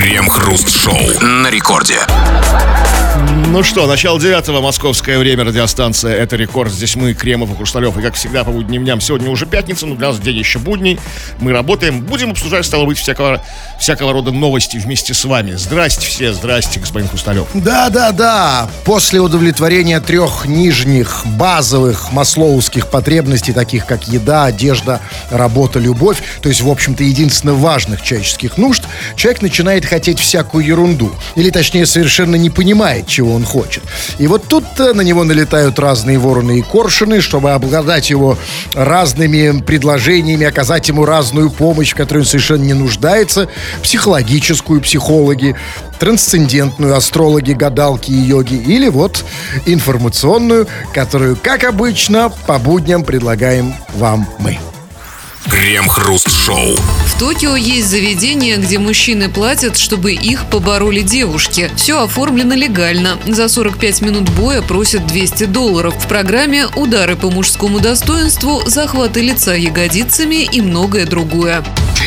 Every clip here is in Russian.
Крем-хруст-шоу на рекорде. Ну что, начало 9-го, московское время, радиостанция «Это рекорд». Здесь мы, Кремов и Хрусталев. И как всегда по будним дням, сегодня уже пятница, но для нас день еще будний. Мы работаем, будем обсуждать, стало быть, всякого рода новости вместе с вами. Здрасте все, здрасте, господин Хрусталев. Да. После удовлетворения 3 нижних базовых маслоуских потребностей, таких как еда, одежда, работа, любовь, то есть, в общем-то, единственно важных человеческих нужд, человек начинает хотеть всякую ерунду. Или, точнее, совершенно не понимает, чего он хочет. И вот тут на него налетают разные вороны и коршуны, чтобы обладать его разными предложениями, оказать ему разную помощь, в которой он совершенно не нуждается, психологическую, психологи, трансцендентную, астрологи, гадалки и йоги, или вот информационную, которую, как обычно, по будням предлагаем вам мы. Крем-хруст-шоу. В Токио есть заведения, где мужчины платят, чтобы их побороли девушки. Все оформлено легально. За 45 минут боя просят $200. В программе удары по мужскому достоинству, захваты лица ягодицами и многое другое.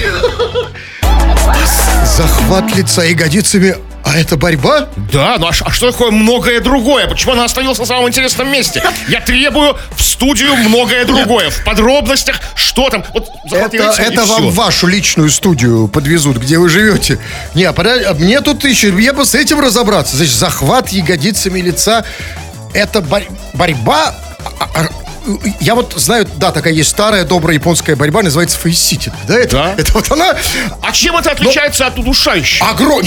Захват лица ягодицами. А это борьба? Да, ну а что такое многое другое? Почему она остановилась на самом интересном месте? Я требую в студию многое другое. В подробностях, что там. Вот, это вам в вашу личную студию подвезут, где вы живете. Не, мне тут еще, я бы с этим разобраться. Значит, захват ягодицами лица. Это борьба. Я вот знаю, да, такая есть старая добрая японская борьба, называется фейс-ситинг. Да, это вот она. А чем это отличается от удушающей?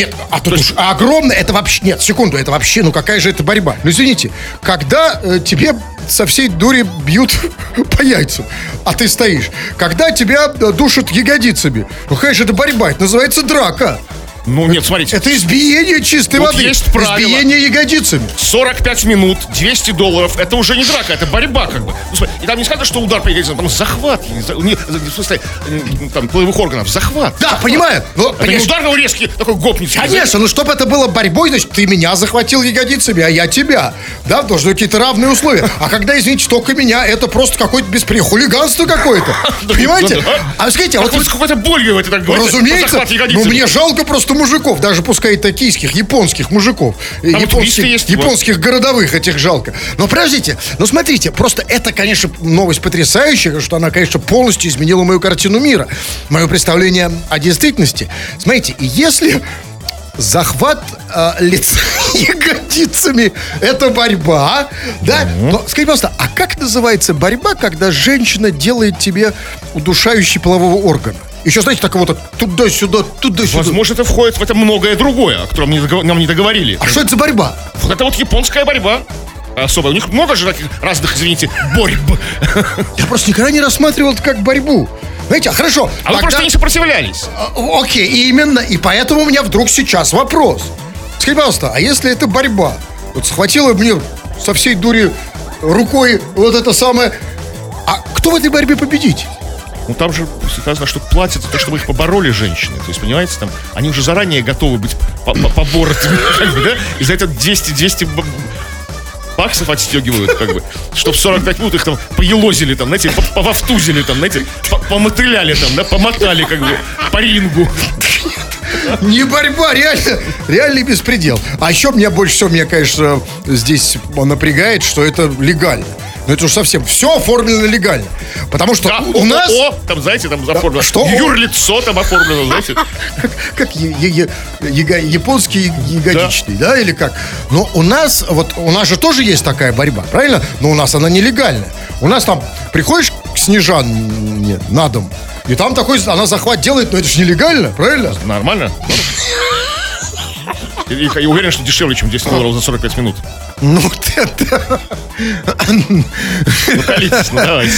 Огромное, это вообще. Нет, секунду, это вообще, какая же это борьба? Ну, извините, когда тебе со всей дури бьют по яйцам, а ты стоишь. Когда тебя душат ягодицами, какая же это борьба? Это называется драка. Ну, нет, смотрите. Это избиение чистой воды. Есть правило. Избиение ягодицами. 45 минут, $200. Это уже не драка, это борьба, как бы. Ну, смотри, и там не сказано, что удар по ягодицам, там захват. В смысле, там, половых органов. Захват. Да, понимаю. Это не удар, но резкий, такой гопницкий. Конечно, чтобы это было борьбой, значит, ты меня захватил ягодицами, а я тебя. Да, должны быть какие-то равные условия. А когда, извините, только меня, это просто какое-то хулиганство какое-то. Понимаете? А скажите, вот с какой-то болью это так говорите. Разумеется. Ну, мне жалко просто мужиков, даже пускай токийских, японских мужиков, японских городовых этих жалко. Но подождите, смотрите, просто это, конечно, новость потрясающая, что она, конечно, полностью изменила мою картину мира, мое представление о действительности. Смотрите, если захват лица ягодицами — это борьба, да? Но скажите, пожалуйста, а как называется борьба, когда женщина делает тебе удушающий полового органа? Еще, знаете, так вот туда-сюда, туда-сюда. Возможно, это входит в это многое другое, о котором нам не договорили. А что это за борьба? Вот это вот японская борьба. Особо. У них много же таких разных, извините, борьб. Я просто никогда не рассматривал это как борьбу. Знаете, хорошо. А вы просто не сопротивлялись. Окей, именно. И поэтому у меня вдруг сейчас вопрос. Скажите, пожалуйста, а если это борьба? Вот схватила мне со всей дури рукой вот это самое. А кто в этой борьбе победитель? Ну, там же сказано, что платят за то, чтобы их побороли женщины. То есть, понимаете, там они уже заранее готовы быть поборотыми, да? И за это 200 баксов отстегивают, как бы, чтобы 45 минут их там поелозили, там, знаете, пововтузили, там, знаете, помотыляли, там, да, помотали, как бы, по рингу. Не борьба, реальный беспредел. А еще меня больше всего, конечно, здесь напрягает, что это легально. Ну это уж совсем все оформлено легально. Потому что у нас... там, знаете, там оформлено. Что? Юрлицо там оформлено, знаете. Как японский ягодичный, да, или как? Но у нас же тоже есть такая борьба, правильно? Но у нас она нелегальная. У нас там приходишь к Снежане на дом, и там она захват делает, но это же нелегально, правильно? Нормально. Я уверен, что дешевле, чем $10 за 45 минут. Ну, это... Ну, колитесь, давайте.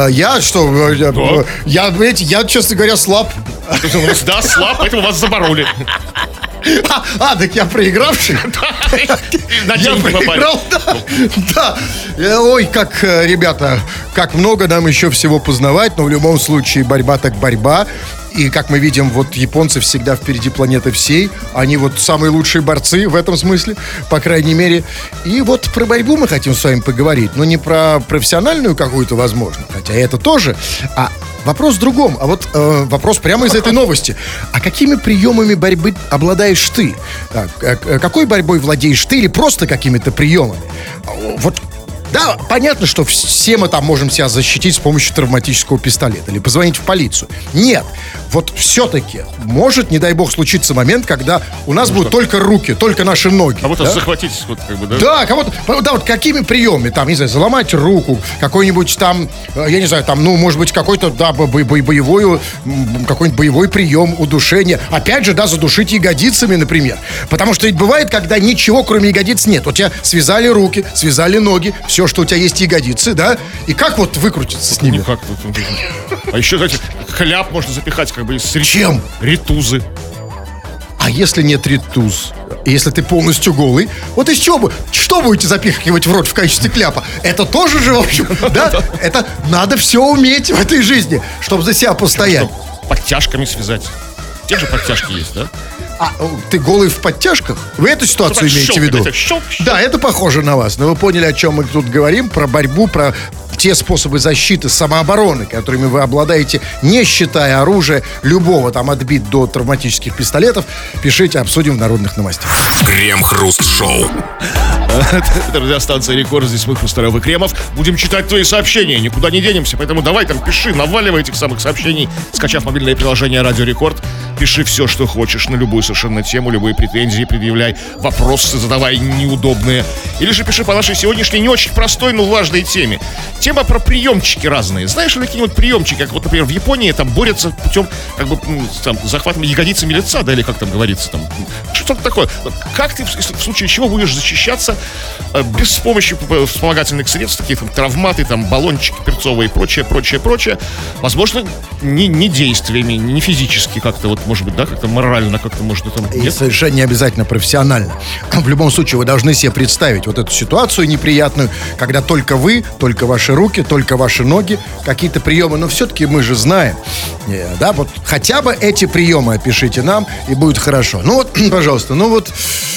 Я, честно говоря, слаб. Да, слаб, поэтому вас забороли. Так я проигравший? Я проиграл, да. Ой, как, ребята, как много нам еще всего познавать, но в любом случае борьба так борьба. И, как мы видим, вот японцы всегда впереди планеты всей. Они вот самые лучшие борцы в этом смысле, по крайней мере. И вот про борьбу мы хотим с вами поговорить. Но не про профессиональную какую-то, возможно, хотя это тоже, а вопрос в другом. А вот вопрос прямо из этой новости. А какими приемами борьбы обладаешь ты? Какой борьбой владеешь ты или просто какими-то приемами? Вот. Да, понятно, что все мы там можем себя защитить с помощью травматического пистолета или позвонить в полицию. Нет, вот все-таки может, не дай бог, случиться момент, когда у нас будут только руки, только наши ноги. Кого-то да? захватить, вот, как бы, да? Да, кого-то, да, вот какими приемами, там, не знаю, заломать руку, какой-нибудь там, я не знаю, там, ну, может быть, какой-то, да, какой-нибудь боевой прием, удушение. Опять же, да, задушить ягодицами, например. Потому что ведь бывает, когда ничего, кроме ягодиц, нет. У тебя связали руки, связали ноги, все, что у тебя есть ягодицы, да? И как вот выкрутиться с ними? Никак. А еще, знаете, хляб можно запихать, как бы, из Чем? ритузы. А если нет ритуз? Если ты полностью голый, вот из чего что будете запихивать в рот в качестве кляпа? Это тоже же, в общем, да? Это надо все уметь в этой жизни, чтобы за себя постоять. Подтяжками связать. Те же подтяжки есть, да? А ты голый в подтяжках? Вы эту ситуацию имеете в виду? Да, это похоже на вас. Но вы поняли, о чем мы тут говорим? Про борьбу, про те способы защиты, самообороны, которыми вы обладаете, не считая оружия любого, там, от бит до травматических пистолетов. Пишите, обсудим в народных новостях. Крем-хруст-шоу. Это радиостанция «Рекорд». Здесь мы, Хрусталев и Кремов. Будем читать твои сообщения, никуда не денемся. Поэтому давай там пиши, наваливай этих самых сообщений, скачав мобильное приложение «Радио Рекорд». Пиши все, что хочешь, на любую совершенно тему, любые претензии предъявляй, вопросы задавай неудобные. Или же пиши по нашей сегодняшней не очень простой, но важной теме. Тема про приемчики разные. Знаешь ли какие-нибудь приемчики, как вот, например, в Японии там борются путем, как бы, там, захватом ягодицами лица, да, или как там говорится, там, что-то такое. Как ты в случае чего будешь защищаться без помощи вспомогательных средств, таких там травматы, там, баллончики перцовые и прочее. Возможно, не действиями, не физически как-то, вот, может быть, да, как-то морально, как-то, может, это... И совершенно не обязательно профессионально. В любом случае, вы должны себе представить вот эту ситуацию неприятную, когда только вы, только ваши руки, только ваши ноги, какие-то приемы. Но все-таки мы же знаем, да, вот хотя бы эти приемы опишите нам, и будет хорошо. Ну вот, пожалуйста, вот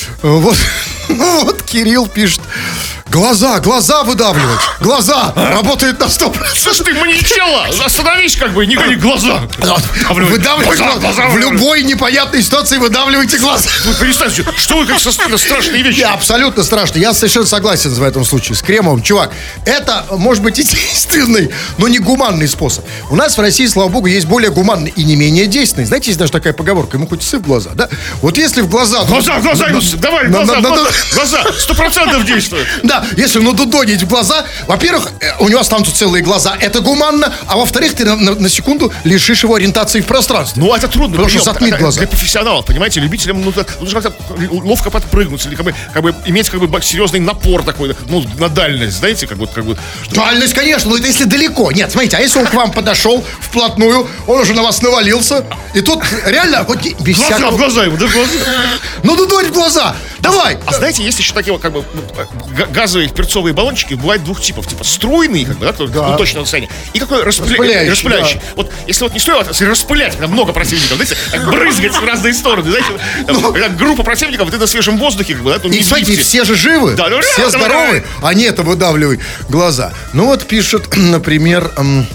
Кирилл пишет: глаза выдавливать, глаза, работает на 100%. Слушай, ты маньячела, остановись, как бы, не гони глаза. Выдавливайте глаза. В любой непонятной ситуации выдавливайте глаза. Вы перестаньте, что вы как страшные вещи. Абсолютно страшно. Я совершенно согласен в этом случае с Кремовым. Чувак, это может быть и действенный, но не гуманный способ. У нас в России, слава богу, есть более гуманный и не менее действенный. Знаете, есть даже такая поговорка: ему хоть сыпь в глаза, да? Вот если в глаза... Глаза, давай, глаза, 100% действует. Да, если надудонить в глаза, во-первых, у него останутся целые глаза, это гуманно, а во-вторых, ты на секунду лишишь его ориентации в пространстве. Ну, это трудно. Потому что затмит глаза. Для профессионалов, понимаете, любителям нужно как-то ловко подпрыгнуть, или как бы иметь серьезный напор такой, на дальность, знаете, как бы. Дальность, конечно, но это если далеко. Нет, смотрите, а если он к вам подошел вплотную, он уже на вас навалился, и тут реально вот без всякого... В глаза ему, да, в глаза. Ну, дудонь в глаза, давай. А знаете, есть еще такие вот, как бы, газовые перцовые баллончики, бывают двух типов. Типа струйный, как бы, да, ну, точно на расстоянии. И такой распыляющий. Да. Вот если вот не стоит, а распылять, когда много противников, знаете, брызгать в разные стороны, знаете, когда группа противников, ты на свежем воздухе, как бы, да, то и смотрите, все же живы, да, все здоровы, а не это выдавливай глаза. Ну вот пишет, например,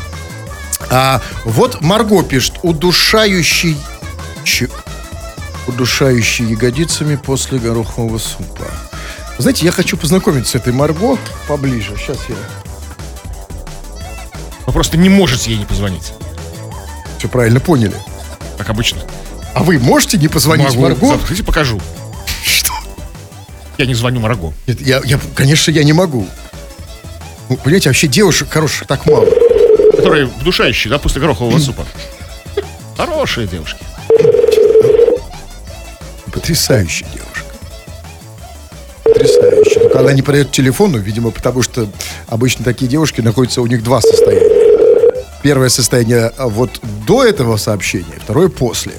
вот Марго пишет: удушающий ягодицами после горохового супа. Знаете, я хочу познакомиться с этой Марго поближе. Сейчас я... Вы просто не можете ей не позвонить. Все правильно поняли. Как обычно. А вы можете не позвонить Марго? Хотите, покажу. Что? Я не звоню Марго. Нет, конечно, я не могу. Ну, понимаете, вообще девушек хороших так мало. Которые вдушающие, да, после горохового супа. Хорошие девушки. Потрясающая девушка. Потрясающе. Только она не подает телефону, видимо, потому что обычно такие девушки находятся, у них два состояния. Первое состояние вот до этого сообщения, второе после.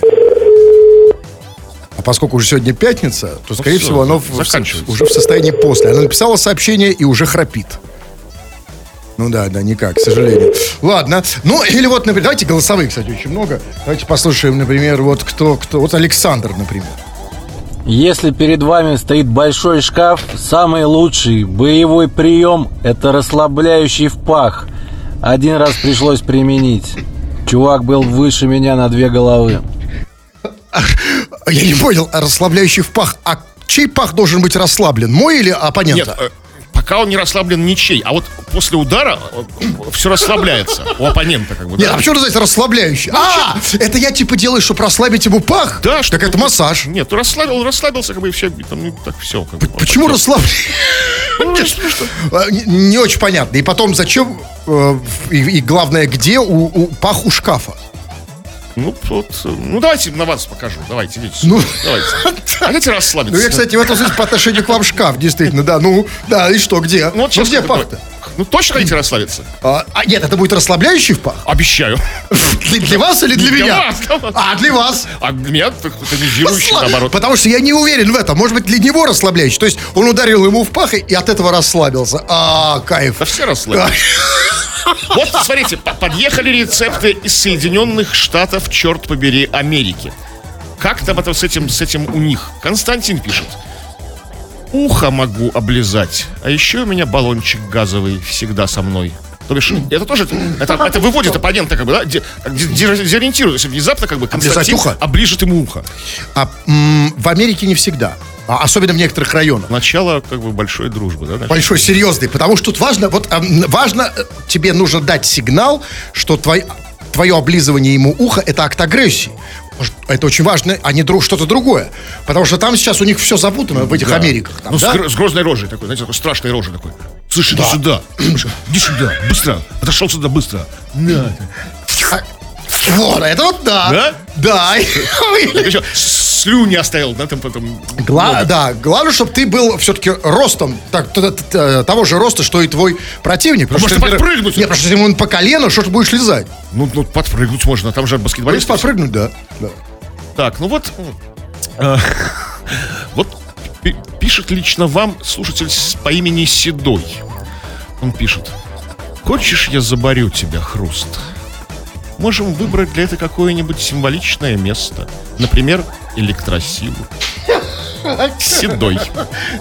А поскольку уже сегодня пятница, то, скорее всего, оно уже в состоянии после. Она написала сообщение и уже храпит. Ну да, никак, к сожалению. Ладно. Ну, или вот, например, давайте голосовые, кстати, очень много. Давайте послушаем, например, вот кто. Вот Александр, например. Если перед вами стоит большой шкаф, самый лучший боевой прием – это расслабляющий в пах. Один раз пришлось применить. Чувак был выше меня на 2 головы. Я не понял, расслабляющий в пах. А чей пах должен быть расслаблен? Мой или оппонента? Нет, пока он не расслаблен ничей. А вот после удара все расслабляется у оппонента, как бы. Нет, Да? а почему называется расслабляющий? Это я типа делаю, чтобы расслабить ему пах? Да, Так это массаж. Нет, расслабился, как бы, и все, там, ну, так все. Как бы, Почему так, расслаблять? Не очень понятно. И потом, зачем, и главное, где пах у шкафа? Ну, вот, ну, давайте на вас покажу. Давайте, видите. Ну, Давайте. Хотите расслабиться? Ну, я, кстати, в этом смысле по отношению к вам шкаф, действительно, да. Да, и что, где? Ну, вот сейчас где такой- пах-то? Ну, точно хотите расслабиться? Нет, это будет расслабляющий в пах? Обещаю. Для вас или для Для меня? вас, для вас. Для вас. А для меня тонизирующий, наоборот. Потому что я не уверен в этом. Может быть, для него расслабляющий. То есть он ударил ему в пах и от этого расслабился. Кайф. Да все расслабились. Вот, смотрите, подъехали рецепты из Соединенных Штатов, черт побери, Америки. Как там это с этим у них? Константин пишет. Ухо могу облизать, а еще у меня баллончик газовый всегда со мной. То бишь, это тоже, это выводит оппонента, как бы, да, дезориентирует, если внезапно, как бы, Константин ухо? оближет ему ухо. В Америке не всегда. Особенно в некоторых районах. Начало, как бы, большой дружбы, да? Большой, серьезный. Потому что тут важно, тебе нужно дать сигнал, что твое облизывание ему уха — это акт агрессии. Это очень важно, а не что-то другое. Потому что там сейчас у них все запутано в этих Америках. Там, ну, да? с грозной рожей такой, знаете, такой страшной рожей такой. Слышь, иди сюда. Иди сюда, быстро. Подошел сюда быстро. На. Вот, это вот да. Да? Да. Еще слюни оставил, да, там потом. Да, главное, чтобы ты был все-таки ростом, того же роста, что и твой противник. Может, что, подпрыгнуть? Нет, потому что если ему по колено, что ты будешь лизать? Ну, подпрыгнуть можно, там же баскетболист. Подпрыгнуть, да. Так, ну вот. Вот пишет лично вам слушатель по имени Седой. Он пишет. Хочешь, я заборю тебя, Хруст? Можем выбрать для этого какое-нибудь символичное место. Например, электросилу. Седой.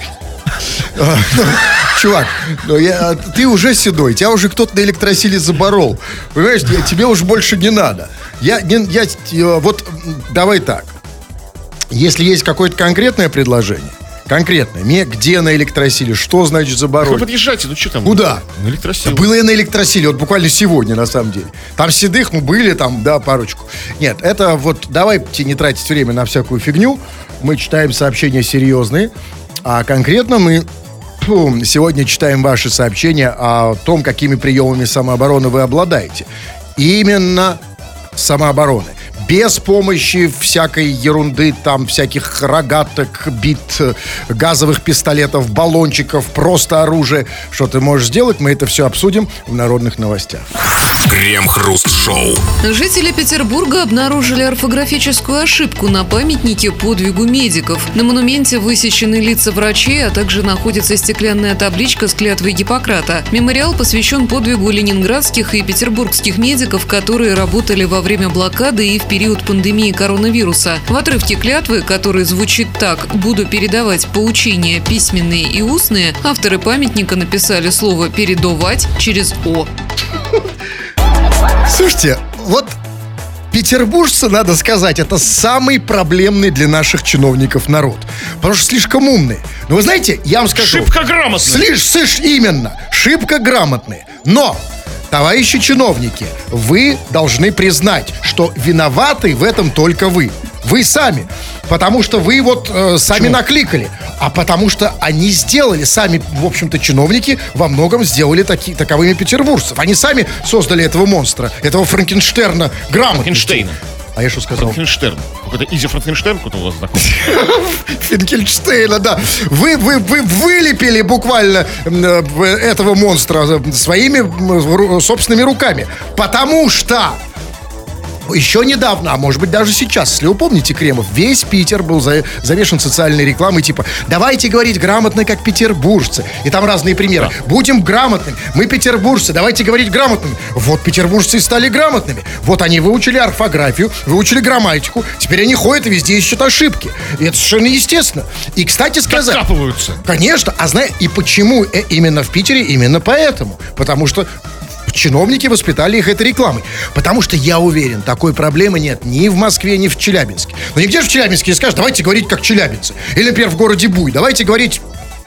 Чувак, ты уже седой, тебя уже кто-то на электросиле заборол. Понимаешь, тебе уже больше не надо. Вот давай так. Если есть какое-то конкретное предложение, где на электросиле, что значит забороль? Вы подъезжайте, ну что там? Куда? На электросилу. Да было я на электросиле, вот буквально сегодня, на самом деле. Там седых мы были, там, да, парочку. Нет, это вот, давайте не тратить время на всякую фигню. Мы читаем сообщения серьезные, а конкретно мы сегодня читаем ваши сообщения о том, какими приемами самообороны вы обладаете. Именно самообороны. Без помощи всякой ерунды, там, всяких рогаток, бит, газовых пистолетов, баллончиков, просто оружие. Что ты можешь сделать, мы это все обсудим в народных новостях. Крем-хруст-шоу. Жители Петербурга обнаружили орфографическую ошибку на памятнике подвигу медиков. На монументе высечены лица врачей, а также находится стеклянная табличка с клятвой Гиппократа. Мемориал посвящен подвигу ленинградских и петербургских медиков, которые работали во время блокады и в период пандемии коронавируса. В отрывке клятвы, который звучит так: «Буду передавать поучения письменные и устные», авторы памятника написали слово «передавать» через «о». Слушайте, вот петербуржцы, надо сказать, это самый проблемный для наших чиновников народ. Потому что слишком умные. Но вы знаете, я вам скажу... Шибко грамотные. Именно, шибко грамотные. Но, товарищи чиновники, вы должны признать, что виноваты в этом только вы. Вы сами. Потому что вы вот сами накликали. А потому что они сделали, сами, в общем-то, чиновники во многом сделали таковыми петербуржцев. Они сами создали этого монстра, этого Франкенштерна грамотности. Франкенштейна. А я что сказал? Франкенштерн. Какой-то Изи Франкенштерн, кто-то у вас знакомый. Франкенштейна, да. Вы вылепили буквально этого монстра своими собственными руками. Потому что еще недавно, а может быть даже сейчас, если вы помните, Кремов, весь Питер был завешен социальной рекламой, типа, давайте говорить грамотно, как петербуржцы. И там разные примеры. Да. Будем грамотными. Мы петербуржцы, давайте говорить грамотными. Вот петербуржцы и стали грамотными. Вот они выучили орфографию, выучили грамматику. Теперь они ходят и везде ищут ошибки. И это совершенно естественно. И, кстати сказать... Докапываются. Конечно. А знаешь, и почему именно в Питере? Именно поэтому. Потому что чиновники воспитали их этой рекламой. Потому что, я уверен, такой проблемы нет ни в Москве, ни в Челябинске. Но нигде же в Челябинске не скажешь, давайте говорить как челябинцы. Или, например, в городе Буй, давайте говорить...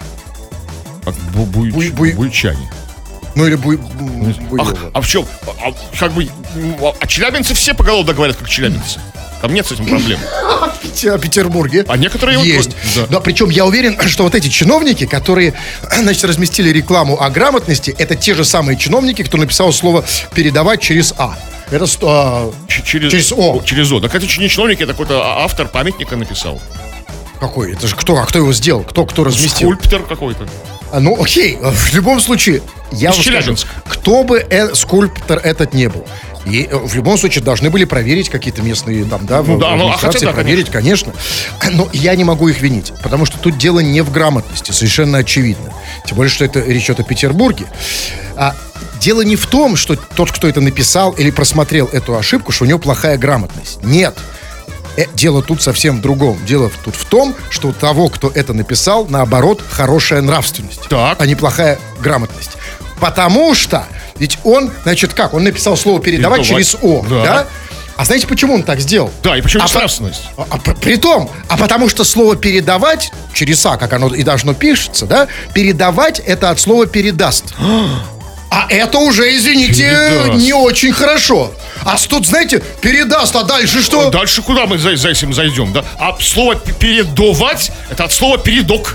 Буйчане. Ну, или А в чем? А челябинцы все поголовно говорят как челябинцы. Там нет с этим проблем. В Петербурге. А некоторые есть. Да. Да, причем я уверен, что вот эти чиновники, которые, значит, разместили рекламу о грамотности, это те же самые чиновники, кто написал слово «передавать» через «а». Это через «о». Через «о». Так это не чиновник, это какой-то автор памятника написал. Какой? Это же кто? А кто его сделал? Кто разместил? Скульптор какой-то. Ну, окей. В любом случае, я вам скажу, кто бы скульптор этот не был. И в любом случае должны были проверить какие-то местные там, да, администрации, проверить, конечно. Но я не могу их винить, потому что тут дело не в грамотности, совершенно очевидно. Тем более, что это речь идет о Петербурге. Дело не в том, что тот, кто это написал или просмотрел эту ошибку, что у него плохая грамотность. Нет. Дело тут совсем в другом. Дело тут в том, что у того, кто это написал, наоборот, хорошая нравственность, а не плохая грамотность. Потому что, ведь он, значит, как? Он написал слово «передавать» через «о», да? А знаете, почему он так сделал? Да, и почему нравственность? Потому что слово «передавать» через «а», как оно и должно пишется, да? «Передавать» — это от слова «передаст». А это уже, извините, не очень хорошо. А тут, знаете, передаст, а дальше что? Дальше куда мы за этим зайдем, да? А слово «передовать» — это от слова «передок».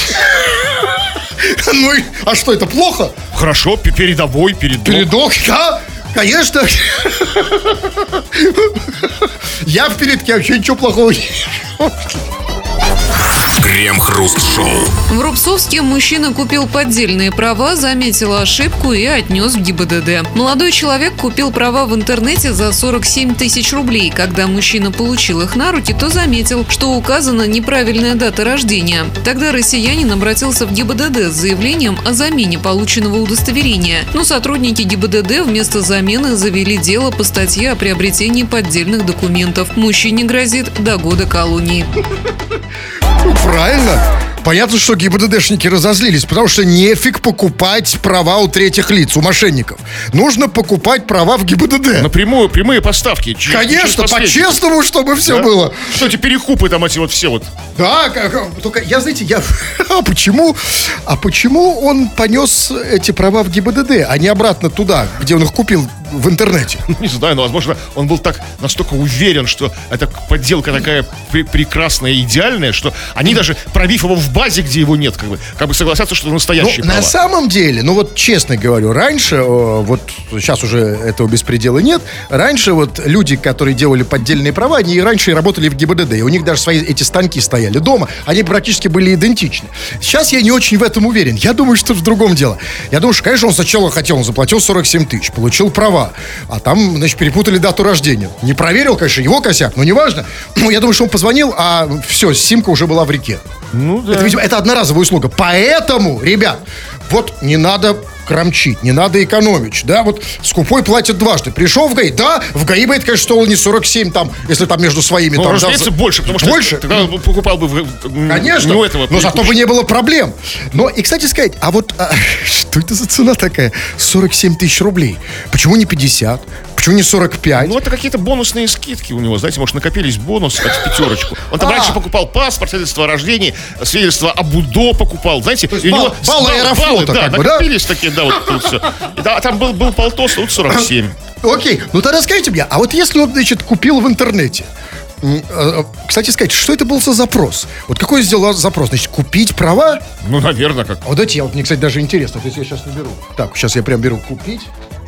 Ну, а что, это плохо? Хорошо, передовой, передок. Передок, да, конечно. Я в передке вообще ничего плохого не вижу. Крем-хруст-шоу. В Рубцовске мужчина купил поддельные права, заметил ошибку и отнес в ГИБДД. Молодой человек купил права в интернете за 47 тысяч рублей. Когда мужчина получил их на руки, то заметил, что указана неправильная дата рождения. Тогда россиянин обратился в ГИБДД с заявлением о замене полученного удостоверения. Но сотрудники ГИБДД вместо замены завели дело по статье о приобретении поддельных документов. Мужчине грозит до года колонии. Правильно. Понятно, что ГИБДДшники разозлились, потому что нефиг покупать права у третьих лиц, у мошенников. Нужно покупать права в ГИБДД. Напрямую, прямые поставки. Конечно, по-честному, чтобы все было. Что эти перекупы там эти вот все вот. Да, только А почему он понес эти права в ГИБДД, а не обратно туда, где он их купил в интернете? Не знаю, но, возможно, он был настолько уверен, что эта подделка такая прекрасная и идеальная, что они даже, пробив его в базе, где его нет, как бы согласятся, что это настоящие права. На самом деле, честно говорю, раньше, вот сейчас уже этого беспредела нет, раньше вот люди, которые делали поддельные права, они раньше работали в ГИБДД, и у них даже свои эти станки стояли дома, они практически были идентичны. Сейчас я не очень в этом уверен. Я думаю, что в другом дело. Я думаю, что, конечно, он сначала он заплатил 47 тысяч, получил права, а там, значит, перепутали дату рождения. Не проверил, конечно, его косяк, но неважно. Я думаю, что он позвонил, а все, симка уже была в реке. Ну, да. Это одноразовая услуга. Поэтому, ребят, вот не надо крамчить, не надо экономить, да, вот скупой платит дважды. Пришел в ГАИ, да, в ГАИ бы это, конечно, стоило не 47 там, если там между своими. Ну, там, разумеется, больше, потому что больше? Тогда покупал бы конечно, но зато бы не было проблем. Но, и, кстати сказать, что это за цена такая? 47 тысяч рублей. Почему не 50? Почему не 45? Ну, это какие-то бонусные скидки у него, знаете, может, накопились бонусы, как в пятерочку. Он там раньше покупал паспорт, свидетельство о рождении, свидетельство об УДО покупал, знаете. И у него баллы Аэрофлота, да, как бы, накопились такие, да, вот тут все. А там был полтос, тут 47. Окей, ну тогда скажите мне, а вот если он, значит, купил в интернете, кстати сказать, что это был за запрос? Вот какой сделал запрос? Значит, купить права? Ну, наверное, как. А вот давайте, мне, кстати, даже интересно, то есть я сейчас наберу. Так, сейчас я прям беру купить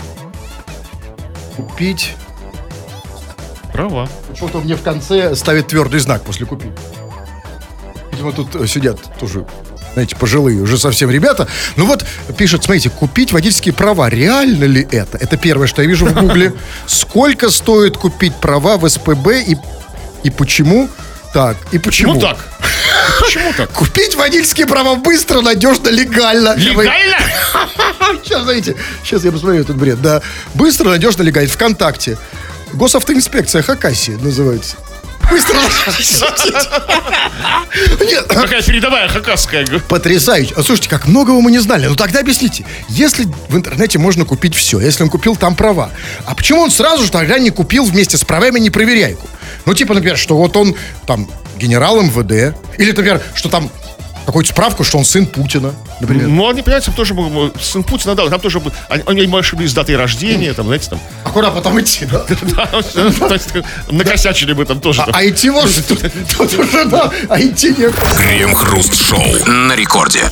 права. Почему-то мне в конце ставит твердый знак после купить. Видимо, тут сидят тоже, знаете, пожилые уже совсем ребята. Ну вот, пишет, смотрите, купить водительские права. Реально ли это? Это первое, что я вижу в Гугле. Сколько стоит купить права в СПБ и почему? Так, и почему? Ну так. Почему так? Купить водительские права быстро, надежно, легально. Легально? Сейчас, знаете, сейчас я посмотрю этот бред. Да, быстро, надежно, легально. ВКонтакте. Госавтоинспекция Хакасия называется. Быстро. Нет, Такая передовая хакасская. потрясающе. Слушайте, как многого мы не знали. Ну тогда объясните, если в интернете можно купить все, если он купил там права, а почему он сразу же тогда не купил вместе с правами непроверяйку? Ну, типа, например, что вот он там генерал МВД, или, например, что там какую-то справку, что он сын Путина, например. Ну, они, понимаете, тоже сын Путина, да, там тоже они ошиблись с датой рождения, там, знаете, там. А куда потом идти, да? То есть накосячили бы там тоже. А идти может, тут уже, да, а идти некуда. Крем-хруст-шоу на рекорде.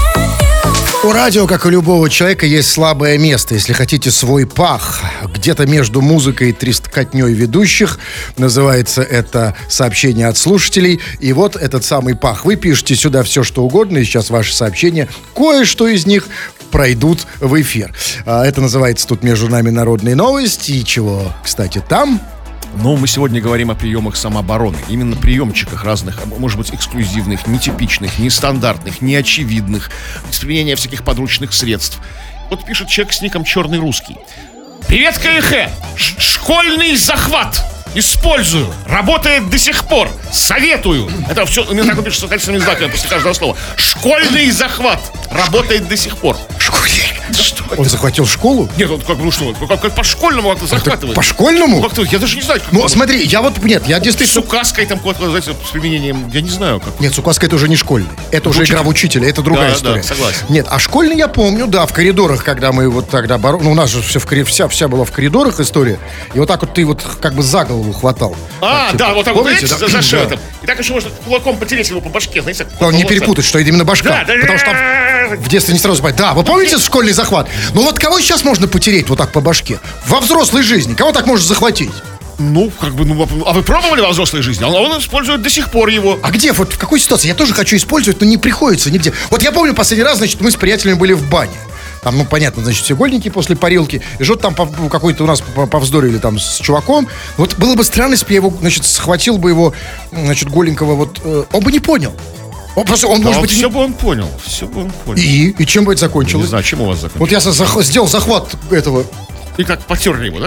У радио, как у любого человека, есть слабое место. Если хотите свой пах, где-то между музыкой и трескотней ведущих, называется это сообщение от слушателей. И вот этот самый пах. Вы пишете сюда все, что угодно, и сейчас ваши сообщения, кое-что из них пройдут в эфир. Это называется тут между нами народные новости. И чего, кстати, там... Но мы сегодня говорим о приемах самообороны. Именно приемчиках разных, может быть, эксклюзивных, нетипичных, нестандартных, неочевидных, без применения всяких подручных средств. Вот пишет человек с ником «Черный русский». Привет, КХ! Школьный захват! Использую! Работает до сих пор! Советую! Это все, мне так пишется количественными знаками после каждого слова. Школьный захват! Работает до сих пор. Школьник? Что? Он захватил школу? Нет, он как бы, ну что, как по-школьному как-то захватывает. По-школьному? Как-то, я даже не знаю, как. Ну, смотри, я вот, нет, я с действительно... указкой там, знаете, с применением, я не знаю как. Нет, с указкой это уже не школьный. Это уже игра в учителя, это другая Да, история. да, согласен. Нет, а школьный я помню, да, в коридорах, когда мы вот тогда ну, у нас же все вся была в коридорах история. И вот так вот ты вот как бы за голову хватал. А, так, да, типа, вот так вот, помните, знаете, да? за шею Да. там. И так еще можно кулаком потереть его по башке, знаете. Но не вот перепутать, что это именно башка. Да, да, потому что там в детстве не сразу понять. Да, вы помните школьный захват? Ну вот кого сейчас можно потереть вот так по башке? Во взрослой жизни. Кого так можно захватить? Ну, как бы, а вы пробовали во взрослой жизни? Он использует до сих пор его. А где, вот в какой ситуации? Я тоже хочу использовать, но не приходится нигде. Вот я помню последний раз, значит, мы с приятелями были в бане. Там, ну, понятно, значит, все гольники после парилки. И что-то там какой-то у нас повздорили там с чуваком. Вот было бы странно, если бы я его, значит, схватил бы его, значит, голенького, вот... он бы не понял. Он просто, он, может быть... Все бы он понял, все бы он понял. И чем бы это закончилось? Не знаю, чем у вас закончилось. Вот я сделал захват этого... И как потерли его, так?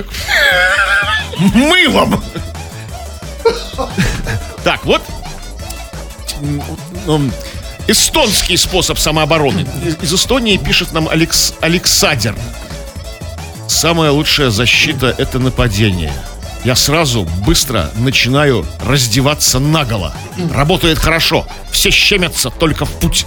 Мылом! Так, вот эстонский способ самообороны. Из Эстонии пишет нам Александр. Самая лучшая защита — это нападение. Я сразу быстро начинаю раздеваться наголо. Работает хорошо. Все щемятся только в путь.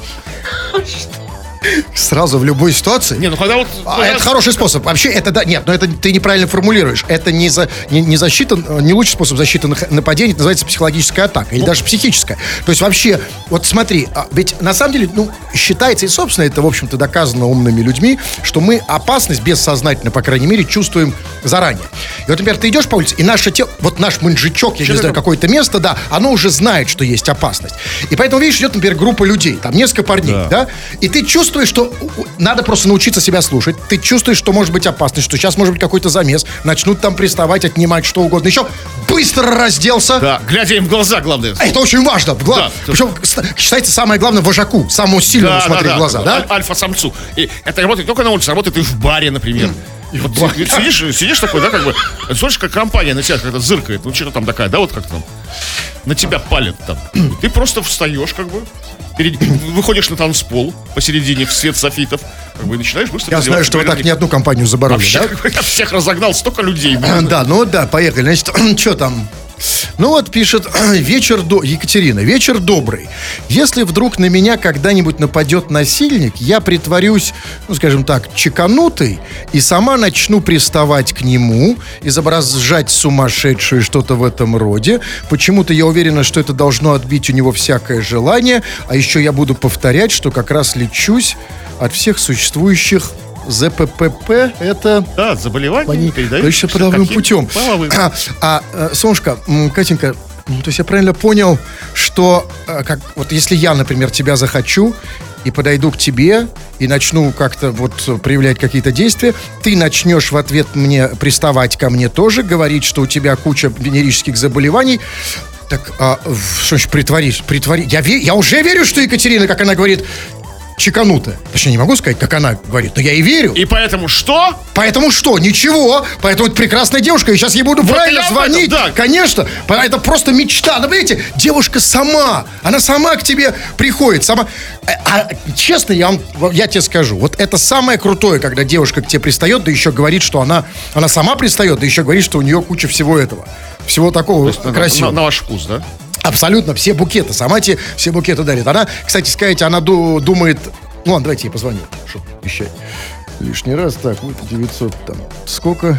Сразу в любой ситуации? Не, ну когда вот... Это хороший способ. Вообще, это да, нет, но это ты неправильно формулируешь. Это не защита, не лучший способ защиты нападений, это называется психологическая атака. Или даже психическая. То есть вообще, вот смотри, ведь на самом деле, ну, считается, и собственно это, в общем-то, доказано умными людьми, что мы опасность бессознательно, по крайней мере, чувствуем заранее. И вот, например, ты идешь по улице, и наше тело, вот наш мозжечок, я не знаю, какое-то место, да, оно уже знает, что есть опасность. И поэтому, видишь, идет, например, группа людей, там несколько парней, да, и ты чувствуешь, что надо просто научиться себя слушать. Ты чувствуешь, что может быть опасность, что сейчас может быть какой-то замес, начнут там приставать, отнимать что угодно. Еще быстро разделся. Да, глядя им в глаза, главное. Это очень важно. Да. Причем считается самое главное вожаку, самому сильному смотреть в глаза, да? Альфа-самцу. И это работает только на улице, работает и в баре, например. И вот сидишь такой, да, как бы, смотришь, как компания на тебя как-то зыркает, ну что-то там такая, да, вот как там, на тебя палят там. Ты просто встаешь, как бы, выходишь на танцпол посередине, в свет софитов, как бы, и начинаешь быстро... Я знаю, что вы так не одну компанию забороли, вообще, да? как бы, я всех разогнал, столько людей. Да, ну да, поехали. Значит, что там? Ну вот пишет Екатерина. Вечер добрый. Если вдруг на меня когда-нибудь нападет насильник, я притворюсь, ну скажем так, чеканутой и сама начну приставать к нему, изображать сумасшедшую, что-то в этом роде. Почему-то я уверена, что это должно отбить у него всякое желание. А еще я буду повторять, что как раз лечусь от всех существующих ЗППП. Это... Да, заболевания передаются половым путем. Солнышко, Катенька, то есть я правильно понял, что как, вот если я, например, тебя захочу и подойду к тебе и начну как-то вот проявлять какие-то действия, ты начнешь в ответ мне приставать ко мне тоже, говорить, что у тебя куча венерических заболеваний. Так, что значит притворись? Я уже верю, что Екатерина, как она говорит, чеканутая. Точнее, не могу сказать, как она говорит, но я ей верю. И поэтому что? Поэтому что? Ничего. Поэтому это прекрасная девушка. И сейчас ей буду правильно я об звонить. этом, да. Конечно. Это просто мечта. Ну, понимаете, девушка сама. Она сама к тебе приходит. Сама. Честно, я тебе скажу. Вот это самое крутое, когда девушка к тебе пристает, да еще говорит, что она сама пристает, да еще говорит, что у нее куча всего этого. Всего такого красивого. На ваш вкус, да? Абсолютно, все букеты. Сама тебе все букеты дарит. Она, кстати сказать, она думает... Ну ладно, давайте я позвоню, чтобы вещать лишний раз. Так, вот 900 там. Сколько?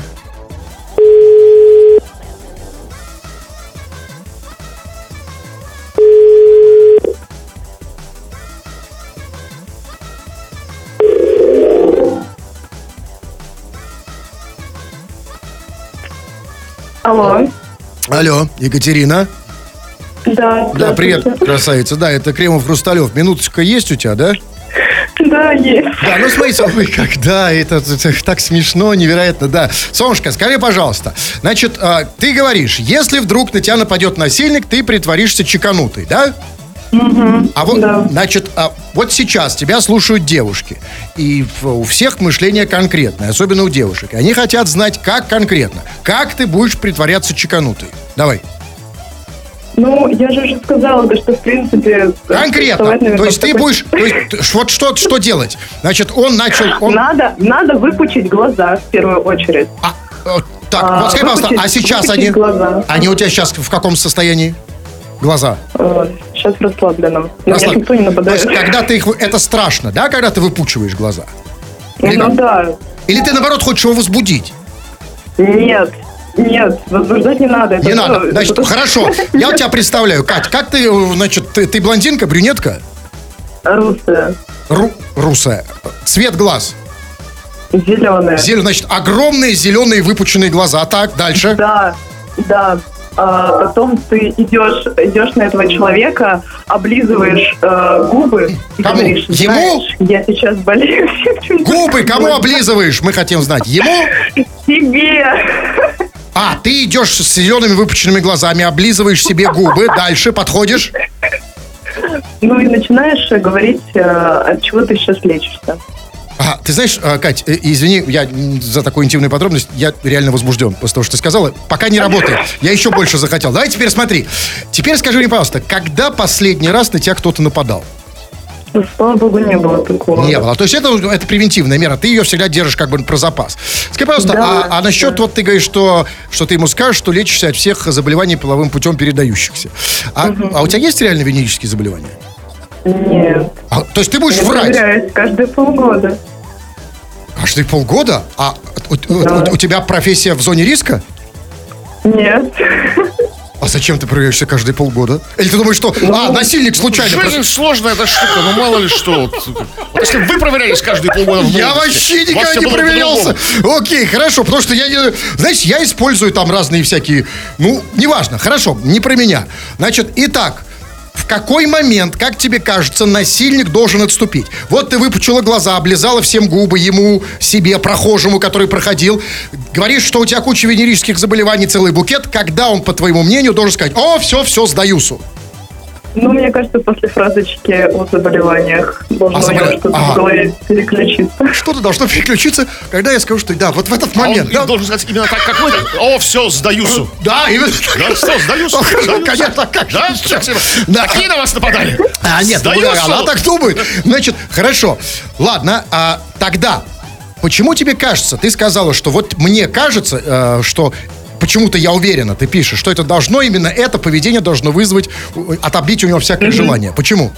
Алло. Алло, Екатерина. Да, привет, красавица. Да, это Кремов Хрусталев. Минуточка есть у тебя, да? Да, есть. Да, ну смотрите, ой, когда это так смешно, невероятно, да. Солнышко, скажи, пожалуйста, значит, ты говоришь, если вдруг на тебя нападет насильник, ты притворишься чеканутой, да? А вот, да. Значит, вот сейчас тебя слушают девушки, и у всех мышление конкретное, особенно у девушек. И они хотят знать, как конкретно, как ты будешь притворяться чеканутой. Давай. Ну, я же уже сказала, да, что в принципе... Конкретно. То есть ты будешь... То есть, вот что делать? Значит, он начал... Надо выпучить глаза в первую очередь. Так, вот скажи, пожалуйста, а сейчас они у тебя сейчас в каком состоянии? Глаза? Сейчас в расслабленном. На меня никто не нападает. То есть, когда ты их... Это страшно, да, когда ты выпучиваешь глаза? Да. Или ты, наоборот, хочешь его возбудить? Нет, возбуждать не надо. Не надо. Значит, хорошо. Я у тебя представляю. Кать, как ты, значит, ты блондинка, брюнетка? Русая. Русая. Цвет глаз? Зеленая. Значит, огромные зеленые выпученные глаза. Так, дальше. Да. Потом ты идешь на этого человека, облизываешь губы и кому? говоришь, Ему? Я сейчас болею. Губы кому облизываешь? Мы хотим знать. Ему? Себе. Ты идешь с зелеными выпученными глазами, облизываешь себе губы, дальше подходишь. Ну и начинаешь говорить, от чего ты сейчас лечишься. Ты знаешь, Кать, извини, я за такую интимную подробность, я реально возбужден после того, что ты сказала. Пока не работает. Я еще больше захотел. Давай теперь смотри. Теперь скажи мне, пожалуйста, когда последний раз на тебя кто-то нападал? Слава богу, не было такого. Не было. То есть это превентивная мера. Ты ее всегда держишь как бы про запас. Скажи, пожалуйста, а насчет, вот ты говоришь, что ты ему скажешь, что лечишься от всех заболеваний половым путем передающихся. А у тебя есть реально венерические заболевания? Нет. То есть ты будешь Я врать? проверяюсь каждые полгода. Каждые полгода? У тебя профессия в зоне риска? Нет. А зачем ты проверяешься каждые полгода? Или ты думаешь, что, насильник случайно... Жизнь сложная эта штука, ну мало ли что. Если вы проверялись каждые полгода... Я вообще никогда не проверялся. Окей, хорошо, потому что знаешь, я использую там разные всякие... Ну, неважно, хорошо, не про меня. Значит, итак, в какой момент, как тебе кажется, насильник должен отступить? Вот ты выпучила глаза, облизала всем губы ему, себе, прохожему, который проходил. Говоришь, что у тебя куча венерических заболеваний, целый букет. Когда он, по твоему мнению, должен сказать: все, сдаюсь? Ну, мне кажется, после фразочки о заболеваниях должно что-то в голове переключиться. Что-то должно переключиться, когда я скажу, что да, вот в этот момент. Он должен сказать именно так, как вы. Все, сдаюсь. Да, именно. Да, все, сдаюсь. Конечно, как. Да, какие на вас нападали? Нет, она так думает. Значит, хорошо. Ладно, тогда, почему тебе кажется, ты сказала, что вот мне кажется, что... Почему-то я уверена, ты пишешь, что это должно, именно это поведение должно вызвать, отобить у него всякое желание. Почему?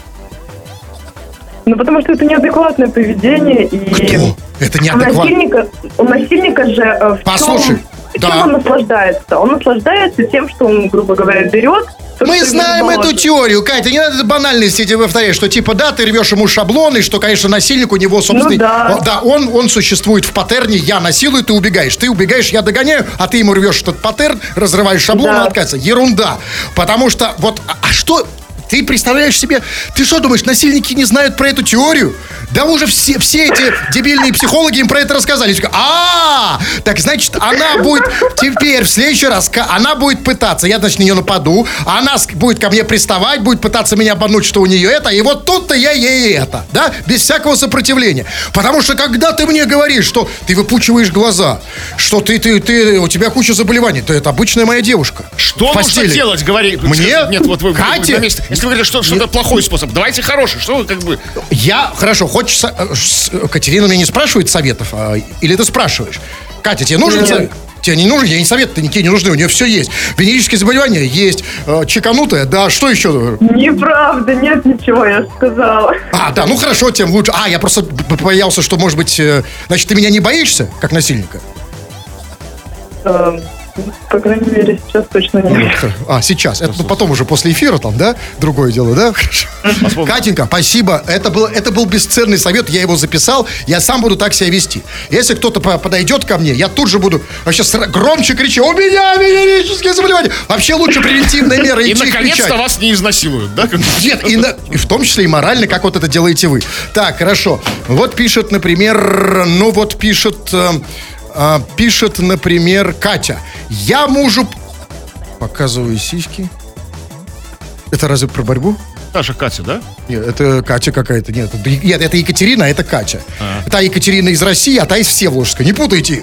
Ну, потому что это неадекватное поведение. Кто? Это неадекватно? У насильника же Послушай, в чем он наслаждается? Он наслаждается тем, что он, грубо говоря, берет. Мы знаем эту теорию, Катя, не надо банальности тебе повторять, что типа, да, ты рвешь ему шаблон, и что, конечно, насильник у него, собственно... Да, он существует в паттерне, я насилую, ты убегаешь, я догоняю, а ты ему рвешь этот паттерн, разрываешь шаблон, он отказывается. Ерунда. Потому что, вот, что... Ты представляешь себе, ты что думаешь, насильники не знают про эту теорию? Да уже все эти дебильные психологи им про это рассказали. Так значит, она будет теперь в следующий раз, она будет пытаться, я, значит, на нее нападу, она будет ко мне приставать, будет пытаться меня обмануть, что у нее это, и вот тут-то я ей это, да, без всякого сопротивления. Потому что когда ты мне говоришь, что ты выпучиваешь глаза, что у тебя куча заболеваний, то это обычная моя девушка. Что нужно делать, говори. Мне? Нет, вот вы Кате? на месте. Если вы говорите, что что-то плохой способ, давайте хороший. Что вы как бы... Хорошо, хочется... Катерина меня не спрашивает советов, или ты спрашиваешь? Катя, тебе нужен совет? Тебе не нужен? Я не совет, никакие не нужны, у нее все есть. Венерические заболевания есть, чеканутая, да, что еще? Неправда, нет ничего, я сказала. Да, ну хорошо, тем лучше. Я просто боялся, что, может быть, значит, ты меня не боишься, как насильника? По крайней мере, сейчас точно нет. Сейчас. Это потом уже после эфира там, да? Другое дело, да? Хорошо. Катенька, спасибо. Это был бесценный совет, я его записал. Я сам буду так себя вести. Если кто-то подойдет ко мне, я тут же буду вообще громче кричать: у меня венерические заболевания. Вообще лучше превентивные меры. И наконец-то вас не изнасилуют, да? Нет, и в том числе и морально, как вот это делаете вы. Так, хорошо. Вот пишет, например, пишет, например, Катя. Я мужу... Показываю сиськи. Это разве про борьбу? Та же Катя, да? Нет, это Катя какая-то. Нет, это Екатерина, а это Катя. Та Екатерина из России, а та из Всеволожска. Не путайте.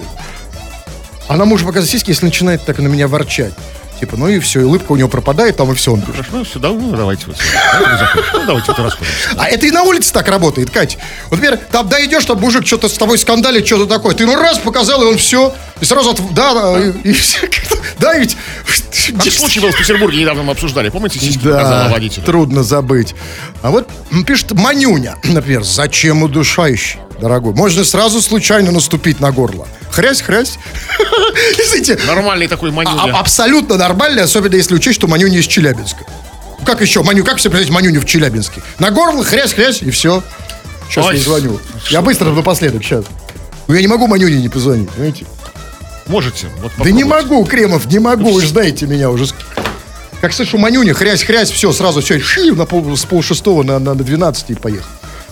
Она мужу показывает сиськи, если начинает так на меня ворчать. Типа, ну и все, и улыбка у него пропадает, там и все. Он хорошо, ну все, давайте вот. Давайте это расходимся. Это и на улице так работает, Катя. Вот, например, там идешь, там мужик что-то с тобой скандалит, что-то такое. Ты раз показал, и он все. И сразу, и все. Да, ведь... Как случай был в Петербурге, недавно мы обсуждали. Помните, сиськи показала водителю? Трудно забыть. А вот пишет Манюня, например: зачем удушающий, дорогой? Можно сразу случайно наступить на горло. Хрясь. Извините. Нормальный такой Манюня. Абсолютно нормальный, особенно если учесть, что Манюня из Челябинска. Как еще? Как себе представить Манюню в Челябинске? На горло, хрясь, и все. Сейчас я звоню. Я быстро напоследок, сейчас. Я не могу Манюне не позвонить, понимаете? Можете. Вот да не могу, Кремов, не могу, вы же знаете меня уже. Как слышу Манюня, хрясь, все, сразу все, с 5:30 на 12 и поехал.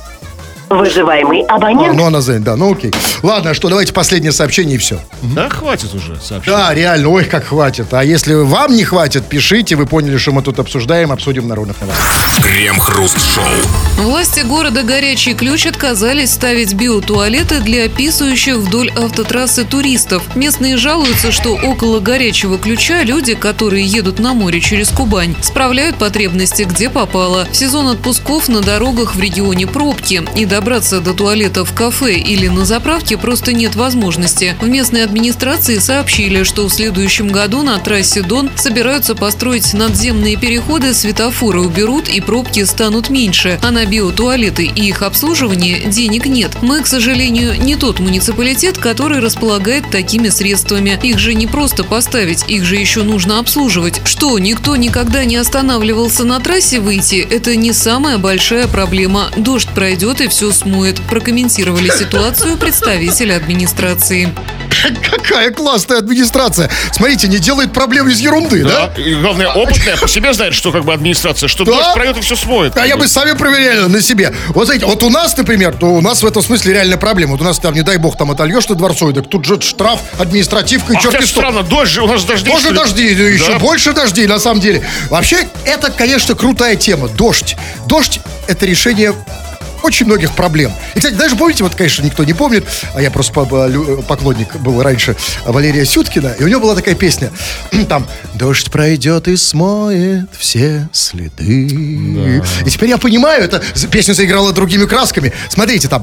Вызываемый абонент. Ну, она занята, да, окей. Ладно, что, давайте последнее сообщение и все. Да, хватит уже сообщений. Да, реально, ой, как хватит. А если вам не хватит, пишите, вы поняли, что мы тут обсуждаем в народных новостях. Крем-хруст-шоу. Власти города Горячий Ключ отказались ставить биотуалеты для писающих вдоль автотрассы туристов. Местные жалуются, что около Горячего Ключа люди, которые едут на море через Кубань, справляют потребности где попало. В сезон отпусков на дорогах в регионе пробки, и добраться до туалета в кафе или на заправке просто нет возможности. В местной администрации сообщили, что в следующем году на трассе Дон собираются построить надземные переходы, светофоры уберут и пробки станут меньше, а на биотуалеты и их обслуживание денег нет. Мы, к сожалению, не тот муниципалитет, который располагает такими средствами. Их же не просто поставить, их же еще нужно обслуживать. Что, никто никогда не останавливался на трассе выйти? Это не самая большая проблема. Дождь пройдет и все смоет, прокомментировали ситуацию представители администрации. Какая классная администрация. Смотрите, не делает проблем из ерунды, да? И главное, опытная, по себе знает, что как бы администрация, что дождь пройдет и все смоет. А я бы сами проверяли на себе. Вот знаете, вот у нас, например, то у нас в этом смысле реальная проблема. Вот у нас там, не дай бог, там отольешь ты дворцовый, так тут же штраф, административка и черти что. Странно, дождь же, у нас дожди. Тоже дожди, еще больше дождей, на самом деле. Вообще, это, конечно, крутая тема. Дождь. Дождь — это решение очень многих проблем. И, кстати, даже помните, вот, конечно, никто не помнит, а я просто поклонник был раньше Валерия Сюткина, и у него была такая песня, там: «Дождь пройдет и смоет все следы». Да. И теперь я понимаю, эта песня заиграла другими красками. Смотрите, там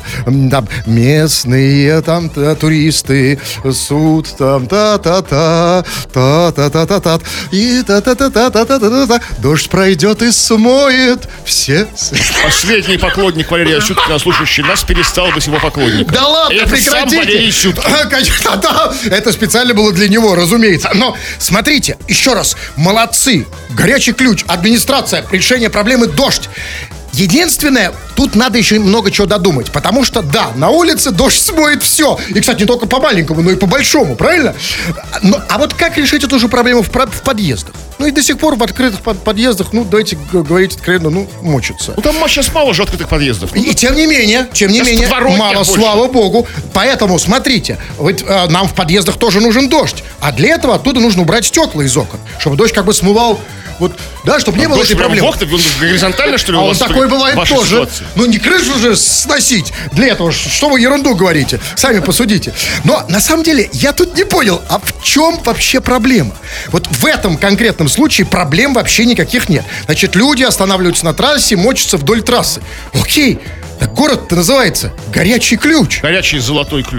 местные там туристы, суд там та-та-та, та-та-та-та-та, и та-та-та-та-та-та-та, дождь пройдет и смоет все следы. Последний поклонник Валерия Сюткина, слушающий нас, перестал быть его поклонником. Да ладно, это прекратите. Сам Валерий Сюткин. Конечно, да. Это специально было для него, разумеется. Но смотрите, еще раз, молодцы. Горячий Ключ, администрация, решение проблемы дождь. Единственное, тут надо еще много чего додумать. Потому что, да, на улице дождь смоет все. И, кстати, не только по маленькому, но и по большому, правильно? А вот как решить эту же проблему в подъездах? Ну и до сих пор в открытых подъездах, ну, давайте говорить откровенно, ну, мочится. Ну, там сейчас мало же открытых подъездов. И тем не менее, мало, слава богу. Поэтому, смотрите, вот, нам в подъездах тоже нужен дождь. А для этого оттуда нужно убрать стекла из окон, чтобы дождь как бы смывал, вот, да, чтобы не было этой проблемы. Горизонтально, что ли, а у вас? Он такой бывает тоже. Ситуации. Ну, не крышу же сносить для этого. Что вы ерунду говорите? Сами посудите. Но, на самом деле, я тут не понял, а в чем вообще проблема? Вот в этом конкретном случае проблем вообще никаких нет. Значит, люди останавливаются на трассе, мочатся вдоль трассы. Окей, так город-то называется Горячий Ключ. Горячий золотой ключ.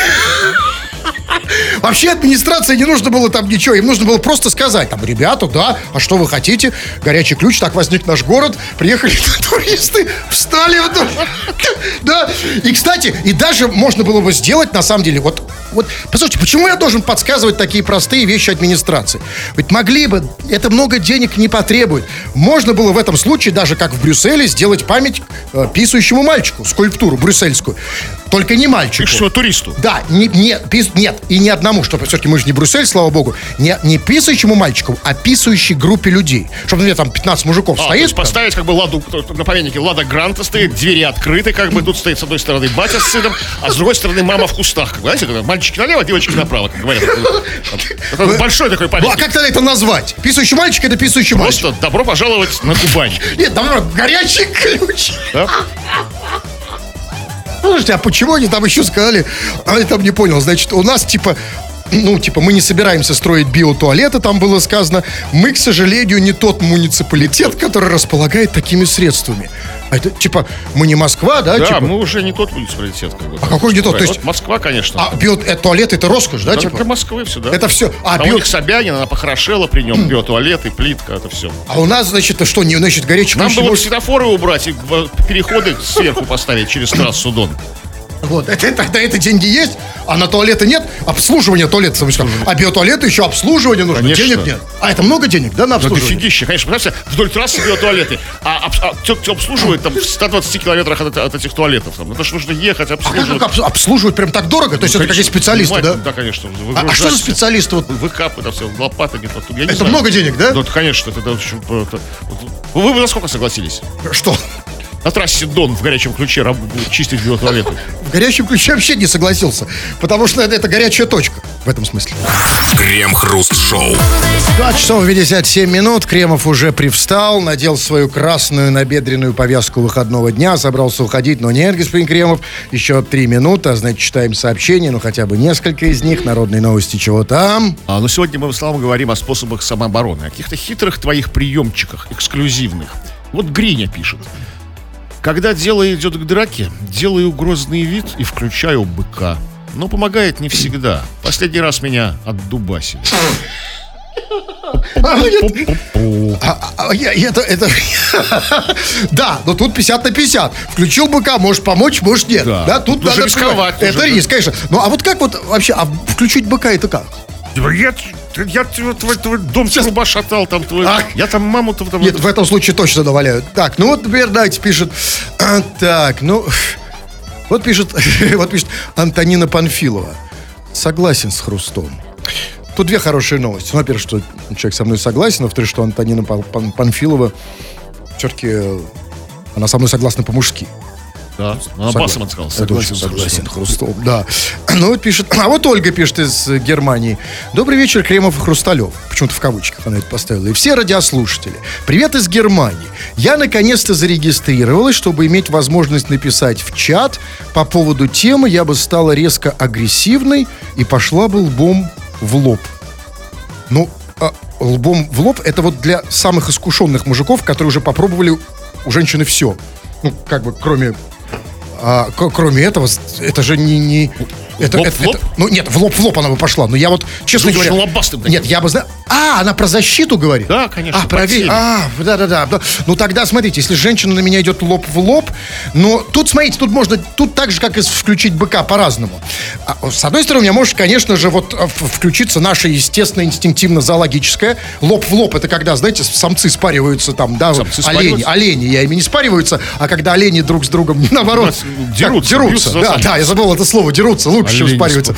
Вообще администрации не нужно было там ничего. Им нужно было просто сказать, там, ребята, да, а что вы хотите? Горячий ключ, так возник наш город. Приехали туристы, встали вдоль. Да, и, кстати, и даже можно было бы сделать, на самом деле, вот, послушайте, почему я должен подсказывать такие простые вещи администрации? Ведь могли бы, это много денег не потребует. Можно было в этом случае, даже как в Брюсселе, сделать память писающему мальчику, скульптуру брюссельскую. Только не мальчику. И что, туристу? Да, нет, и не одному, чтобы все-таки мы же не Брюссель, слава богу, не писающему мальчику, а писающей группе людей. Чтобы, например, там 15 мужиков стоит. То есть поставить как бы ладу, на памятнике Лада Гранта стоит, двери открыты, как бы тут стоит с одной стороны батя с сыном, а с другой стороны мама в кустах. Как, знаете, мальчики налево, девочки направо, как говорят. Это большой такой памятник. Ну, а как тогда это назвать? Писающий мальчик — это писающий мальчик. Просто добро пожаловать на Кубань. Нет, добро, Горячий Ключ. Да? Слушайте, а почему они там еще сказали? Я там не понял. Значит, у нас типа мы не собираемся строить биотуалеты, там было сказано. Мы, к сожалению, не тот муниципалитет, который располагает такими средствами. А это, типа, мы не Москва, да? Да, типа? мы уже не тот муниципалитет. Как бы. А какой не тот? То есть... Вот Москва, конечно. А туалет — это роскошь, да, типа? Для Москвы все, да. Это все. У них Собянин, она похорошела при нем, биотуалет и плитка, это все. А у нас, значит, что, не, значит, Горячий Ключ... Нам было светофоры убрать и переходы сверху поставить через трассу Дон. Вот, это деньги есть, а на туалеты нет, обслуживание туалета, а биотуалеты еще обслуживание нужно, конечно. Денег нет. А это много денег, да, на обслуживание? Дофигища, конечно, потому что вдоль трассы биотуалеты, а те, кто обслуживает там в 120 километрах от этих туалетов, там, это же нужно ехать, обслуживать. А как обслуживать прям так дорого? То есть это какие специалисты, да? Да, конечно. А что за специалисты? Выкапы, там все, лопатами. Это много денег, да? Да, конечно, это вы на сколько согласились? Что? На трассе Дон в Горячем Ключе чистить биотуалеты. В Горячем Ключе вообще не согласился, потому что это горячая точка в этом смысле. Крем-хруст-шоу. 2 часов 57 минут. Кремов уже привстал, надел свою красную набедренную повязку выходного дня, собрался уходить, но нет, господин Кремов, еще 3 минуты, а значит, читаем сообщения, хотя бы несколько из них, народные новости, чего там. Но сегодня мы в основном говорим о способах самообороны, о каких-то хитрых твоих приемчиках, эксклюзивных. Вот Гриня пишет. Когда дело идет к драке, делаю грозный вид и включаю быка. Но помогает не всегда. Последний раз меня отдубасили. Да, но тут 50 на 50. Включил быка, можешь помочь, можешь нет. Да, тут надо рисковать. Это риск, конечно. Ну, а вот как вот вообще, включить быка это как? Я твой дом труба шатал, там твой. Я там маму-то там. Нет, в этом случае точно наваляют. Так, ну вот, например, давайте пишет. Так, ну. Вот пишет Антонина Панфилова. Согласен с Хрустом. Тут 2 хорошие новости. Ну, во-первых, что человек со мной согласен, во-вторых, что Антонина Панфилова все-таки она со мной согласна по-мужски. Да, она басом сказала. Согласен, Хрустов, да. Ну вот пишет, а вот Ольга пишет из Германии. Добрый вечер, Кремов и Хрусталев. Почему-то в кавычках она это поставила. И все радиослушатели. Привет из Германии. Я наконец-то зарегистрировалась, чтобы иметь возможность написать в чат по поводу темы. Я бы стала резко агрессивной и пошла бы лбом в лоб. Ну, лбом в лоб это вот для самых искушенных мужиков, которые уже попробовали у женщины все. Ну, как бы, кроме этого, это же не... В лоб? Ну, нет, в лоб она бы пошла. Но я вот, честно говоря... лобастым. Нет, я бы знал... Она про защиту говорит? Да, конечно. Проверь. Да. Ну, тогда, смотрите, если женщина на меня идет лоб в лоб, но тут, смотрите, тут можно, тут так же, как и включить быка по-разному. С одной стороны, у меня может, конечно же, вот включиться наше естественное, инстинктивно-зоологическое. Лоб в лоб, это когда, знаете, самцы спариваются там, да, олени, я ими не спариваются, а когда олени друг с другом, наоборот, дерутся. Да, я забыл это слово, дерутся, лучше, чем спариваются.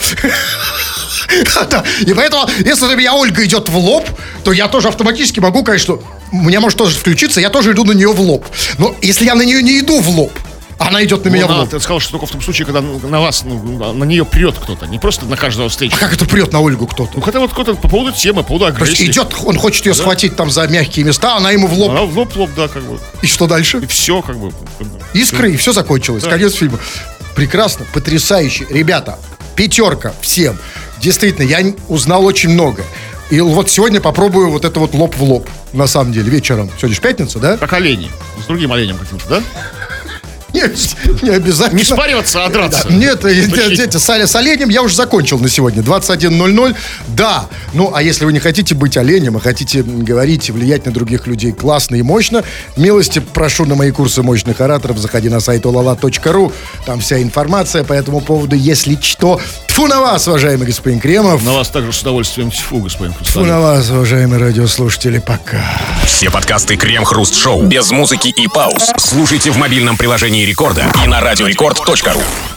И поэтому, если на меня Ольга идет в лоб, то я тоже автоматически могу, конечно, у меня может тоже включиться, я тоже иду на нее в лоб. Но если я на нее не иду в лоб, она идет на меня в лоб. Ты сказал, что только в том случае, когда на вас, на нее прет кто-то, не просто на каждого встречи. А как это прет на Ольгу кто-то? Ну, хотя вот кто-то по поводу темы, по поводу агрессии. Идет, он хочет ее схватить там за мягкие места, она ему в лоб. Она в лоб, да, как бы. И что дальше? И все, как бы. Искры, и все закончилось. Да. Конец фильма. Прекрасно, потрясающе. Ребята, 5 всем. Действительно, я узнал очень много. И вот сегодня попробую вот это вот лоб в лоб. На самом деле, вечером. Сегодня же пятница, да? Как олени. С другим оленем каким-то, да? Нет, не обязательно. Не спариваться, а драться. Нет, с оленем я уже закончил на сегодня. 21:00. Да. Ну, а если вы не хотите быть оленем, а хотите говорить и влиять на других людей классно и мощно, милости прошу на мои курсы мощных ораторов. Заходи на сайт olala.ru. Там вся информация по этому поводу. Если что, тьфу на вас, уважаемый господин Кремов. На вас также с удовольствием тьфу, господин Хрусталев. Тьфу на вас, уважаемые радиослушатели. Пока. Все подкасты Крем-Хруст Шоу без музыки и пауз слушайте в мобильном приложении Рекорда и на радиорекорд.ру.